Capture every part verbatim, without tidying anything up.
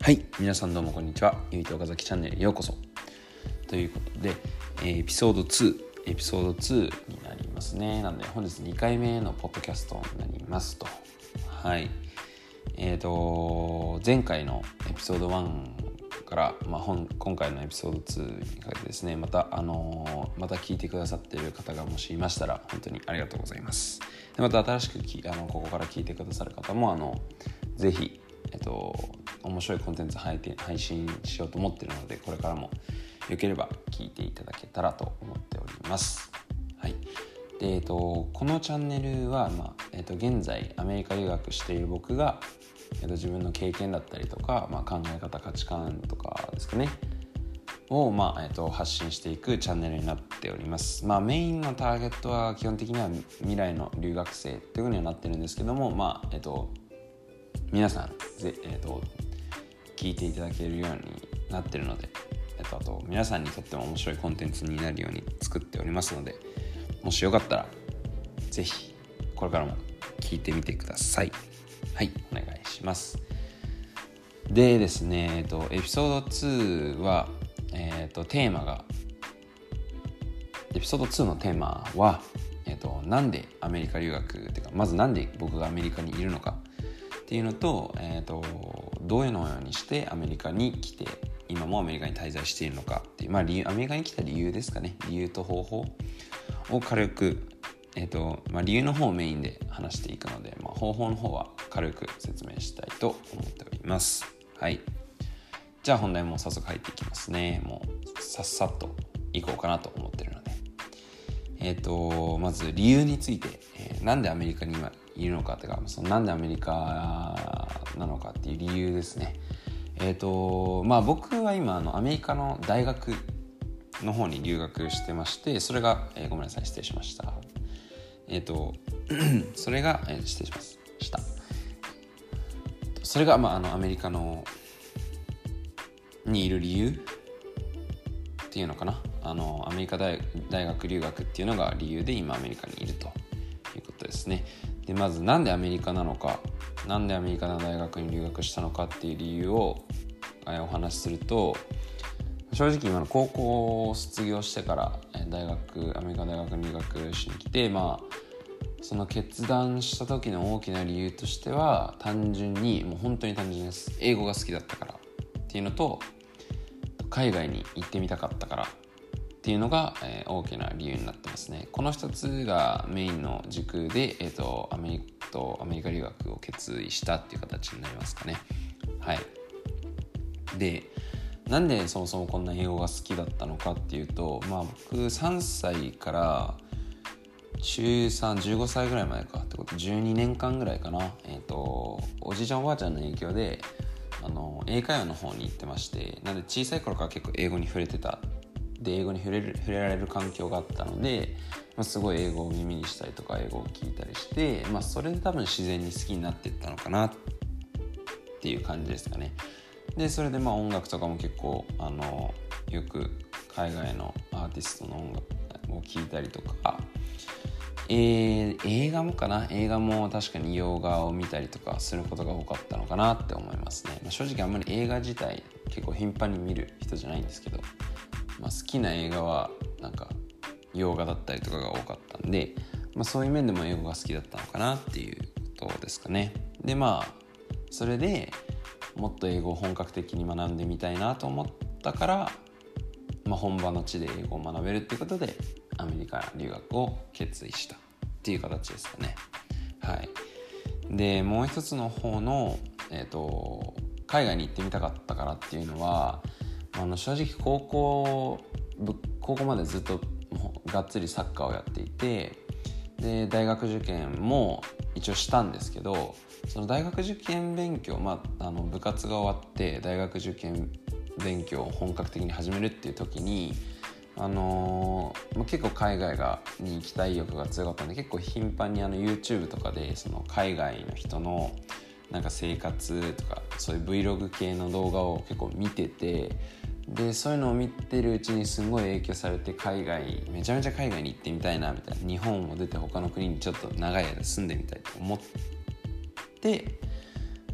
はい、皆さんどうもこんにちは。ゆいと岡崎チャンネルへようこそ。ということで、えーエピソードツー、エピソードツーになりますね。なので本日にかいめのポッドキャストになりますと。はい。えーと前回のエピソードワンから、まあ、本今回のエピソードツーにかけてですね、またあのー、また聞いてくださっている方がもしいましたら本当にありがとうございます。でまた新しくきあのここから聞いてくださる方もあのぜひえっと面白いコンテンツ配信しようと思っているので、これからもよければ聞いていただけたらと思っております。はい。で、えっと、このチャンネルは、まあえっと、現在アメリカ留学している僕が、えっと、自分の経験だったりとか、まあ、考え方価値観とかですかねを、まあえっと、発信していくチャンネルになっております。まあ、メインのターゲットは基本的には未来の留学生というふうにはなってるんですけども、まあえっと、皆さんぜ、えっと聞いていただけるようになっているので、えっと、あと皆さんにとっても面白いコンテンツになるように作っておりますので、もしよかったらぜひこれからも聞いてみてください。はい、お願いします。でですね、えっと、エピソードツーは、えっと、テーマがエピソードツーのテーマは、えっと、なんでアメリカ留学っていうか、まずなんで僕がアメリカにいるのかっていうのと、えーと、どういうのようにしてアメリカに来て今もアメリカに滞在しているのかっていう、まあ、理由アメリカに来た理由ですかね。理由と方法を軽く、えーとまあ、理由の方をメインで話していくので、まあ、方法の方は軽く説明したいと思っております。はい。じゃあ本題も早速入っていきますね。もうさっさっといこうかなと思ってるので、えーとまず理由について、えー、なんでアメリカに今いるのかというか、そのなんでアメリカなのかっていう理由ですね。えっとまあ僕は今あのアメリカの大学の方に留学してまして、それが、えー、ごめんなさい失礼しました。えっとそれが、えー、失礼しますしたそれが、まあ、あのアメリカのにいる理由っていうのかな。あのアメリカ 大, 大学留学っていうのが理由で今アメリカにいるということですね。でまずなんでアメリカなのか、なんでアメリカの大学に留学したのかっていう理由をお話しすると、正直今の高校を卒業してから大学アメリカ大学に留学しに来て、まあその決断した時の大きな理由としては、単純にもう本当に単純です。英語が好きだったからっていうのと、海外に行ってみたかったからっていうのが、えー、大きな理由になってますね。このふたつがメインの軸で、えーと、アメリカとアメリカ留学を決意したっていう形になりますかね。はい。で、なんでそもそもこんな英語が好きだったのかっていうと、まあ僕さんさいから中さん、じゅうごさいぐらいまでかってこと、じゅうにねんかんぐらいかな。えーと、おじいちゃんおばあちゃんの影響であの英会話の方に行ってまして、なので小さい頃から結構英語に触れてた。で英語に触れる、触れられる環境があったので、まあ、すごい英語を耳にしたりとか英語を聞いたりして、まあ、それで多分自然に好きになっていったのかなっていう感じですかね。でそれでまあ音楽とかも結構あのよく海外のアーティストの音楽を聞いたりとか、えー、映画もかな映画も確かに洋画を見たりとかすることが多かったのかなって思いますね。まあ、正直あんまり映画自体結構頻繁に見る人じゃないんですけど、まあ、好きな映画はなんか洋画だったりとかが多かったんで、まあ、そういう面でも英語が好きだったのかなっていうことですかね。でまあそれでもっと英語を本格的に学んでみたいなと思ったから、まあ、本場の地で英語を学べるっていうことでアメリカ留学を決意したっていう形ですかね。はい。でもう一つの方の、えーと、海外に行ってみたかったからっていうのは、あの正直高校高校までずっとがっつりサッカーをやっていて、で大学受験も一応したんですけど、その大学受験勉強、まあ、あの部活が終わって大学受験勉強を本格的に始めるっていう時に、あのー、結構海外がに行きたい欲が強かったんで、結構頻繁にあの YouTube とかでその海外の人のなんか生活とかそういう Vlog 系の動画を結構見てて、でそういうのを見てるうちにすごい影響されて、海外めちゃめちゃ海外に行ってみたいなみたいな、日本を出て他の国にちょっと長い間住んでみたいと思って、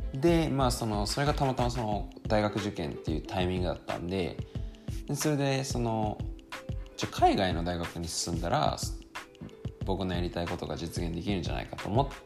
でまあそのそれがたまたまその大学受験っていうタイミングだったんで、でそれでそのじゃ海外の大学に進んだら僕のやりたいことが実現できるんじゃないかと思って、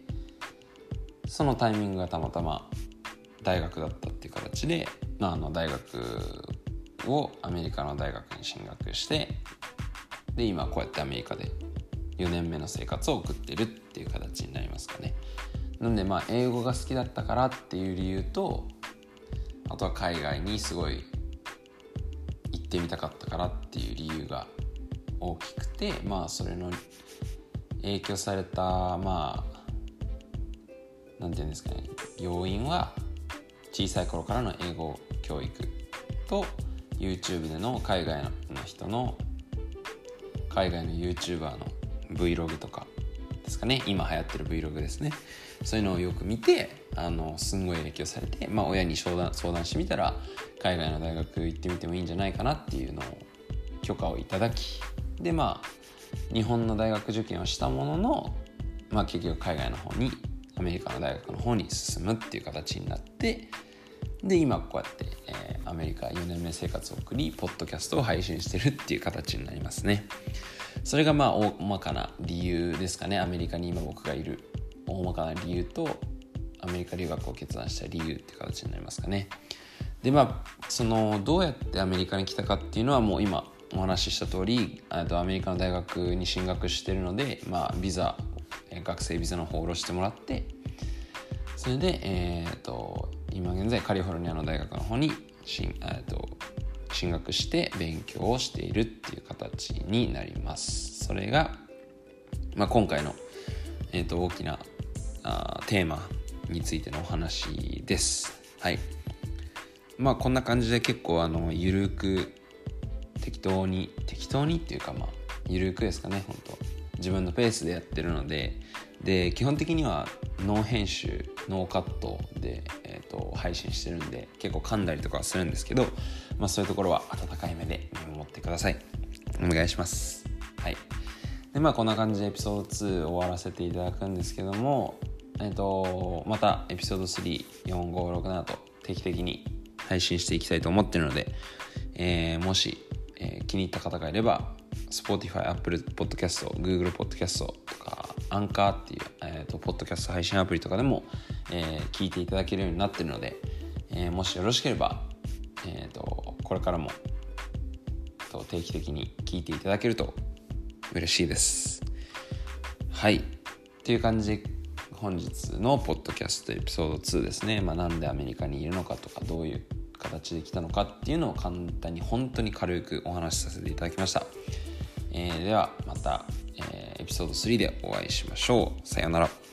そのタイミングがたまたま大学だったっていう形で、まあ、あの大学をアメリカの大学に進学して、で今こうやってアメリカでよねんめの生活を送ってるっていう形になりますかね。なんでまあ英語が好きだったからっていう理由と、あとは海外にすごい行ってみたかったからっていう理由が大きくて、まあそれの影響されたまあなんていうんですかね、要因は小さい頃からの英語教育と YouTube での海外の人の海外の YouTuber の Vlog とかですかね、今流行ってる Vlog ですね、そういうのをよく見て、あのすんごい影響されて、まあ、親に相談、相談してみたら海外の大学行ってみてもいいんじゃないかなっていうのを許可をいただき、でまあ日本の大学受験をしたものの、まあ、結局海外の方にアメリカの大学の方に進むっていう形になって、で今こうやって、えー、アメリカよねんめ生活を送りポッドキャストを配信してるっていう形になりますね。それがまあ大まかな理由ですかね。アメリカに今僕がいる大まかな理由とアメリカ留学を決断した理由っていう形になりますかね。でまあそのどうやってアメリカに来たかっていうのはもう今お話しした通り、アメリカの大学に進学してるので、まあビザ学生ビザの方を下ろしてもらって、それで、えー、と今現在カリフォルニアの大学の方に進、えー、と進学して勉強をしているっていう形になります。それが、まあ、今回の、えー、と大きなあテーマについてのお話です。はい。まあこんな感じで結構あのゆるく適当に適当にっていうかまあゆるくですかね、本当自分のペースでやってるので、で基本的にはノー編集ノーカットで、えー、と配信してるんで結構噛んだりとかはするんですけど、まあ、そういうところは温かい目で見守ってください。お願いします。はい。でまあこんな感じでエピソードツー終わらせていただくんですけども、えー、とまたエピソードスリー、よん、ご、ろく、ななと定期的に配信していきたいと思っているので、えー、もし、えー、気に入った方がいればSpotify、Apple Podcast、Google Podcast とかアンカーっていう、えー、とポッドキャスト配信アプリとかでも、えー、聞いていただけるようになっているので、えー、もしよろしければ、えー、とこれからもと定期的に聞いていただけると嬉しいです。はい。という感じで本日のポッドキャストエピソードツーですね。まあ、なんでアメリカにいるのかとかどういう形で来たのかっていうのを簡単に本当に軽くお話しさせていただきました。えー、ではまた、えー、エピソードスリーでお会いしましょう。さようなら。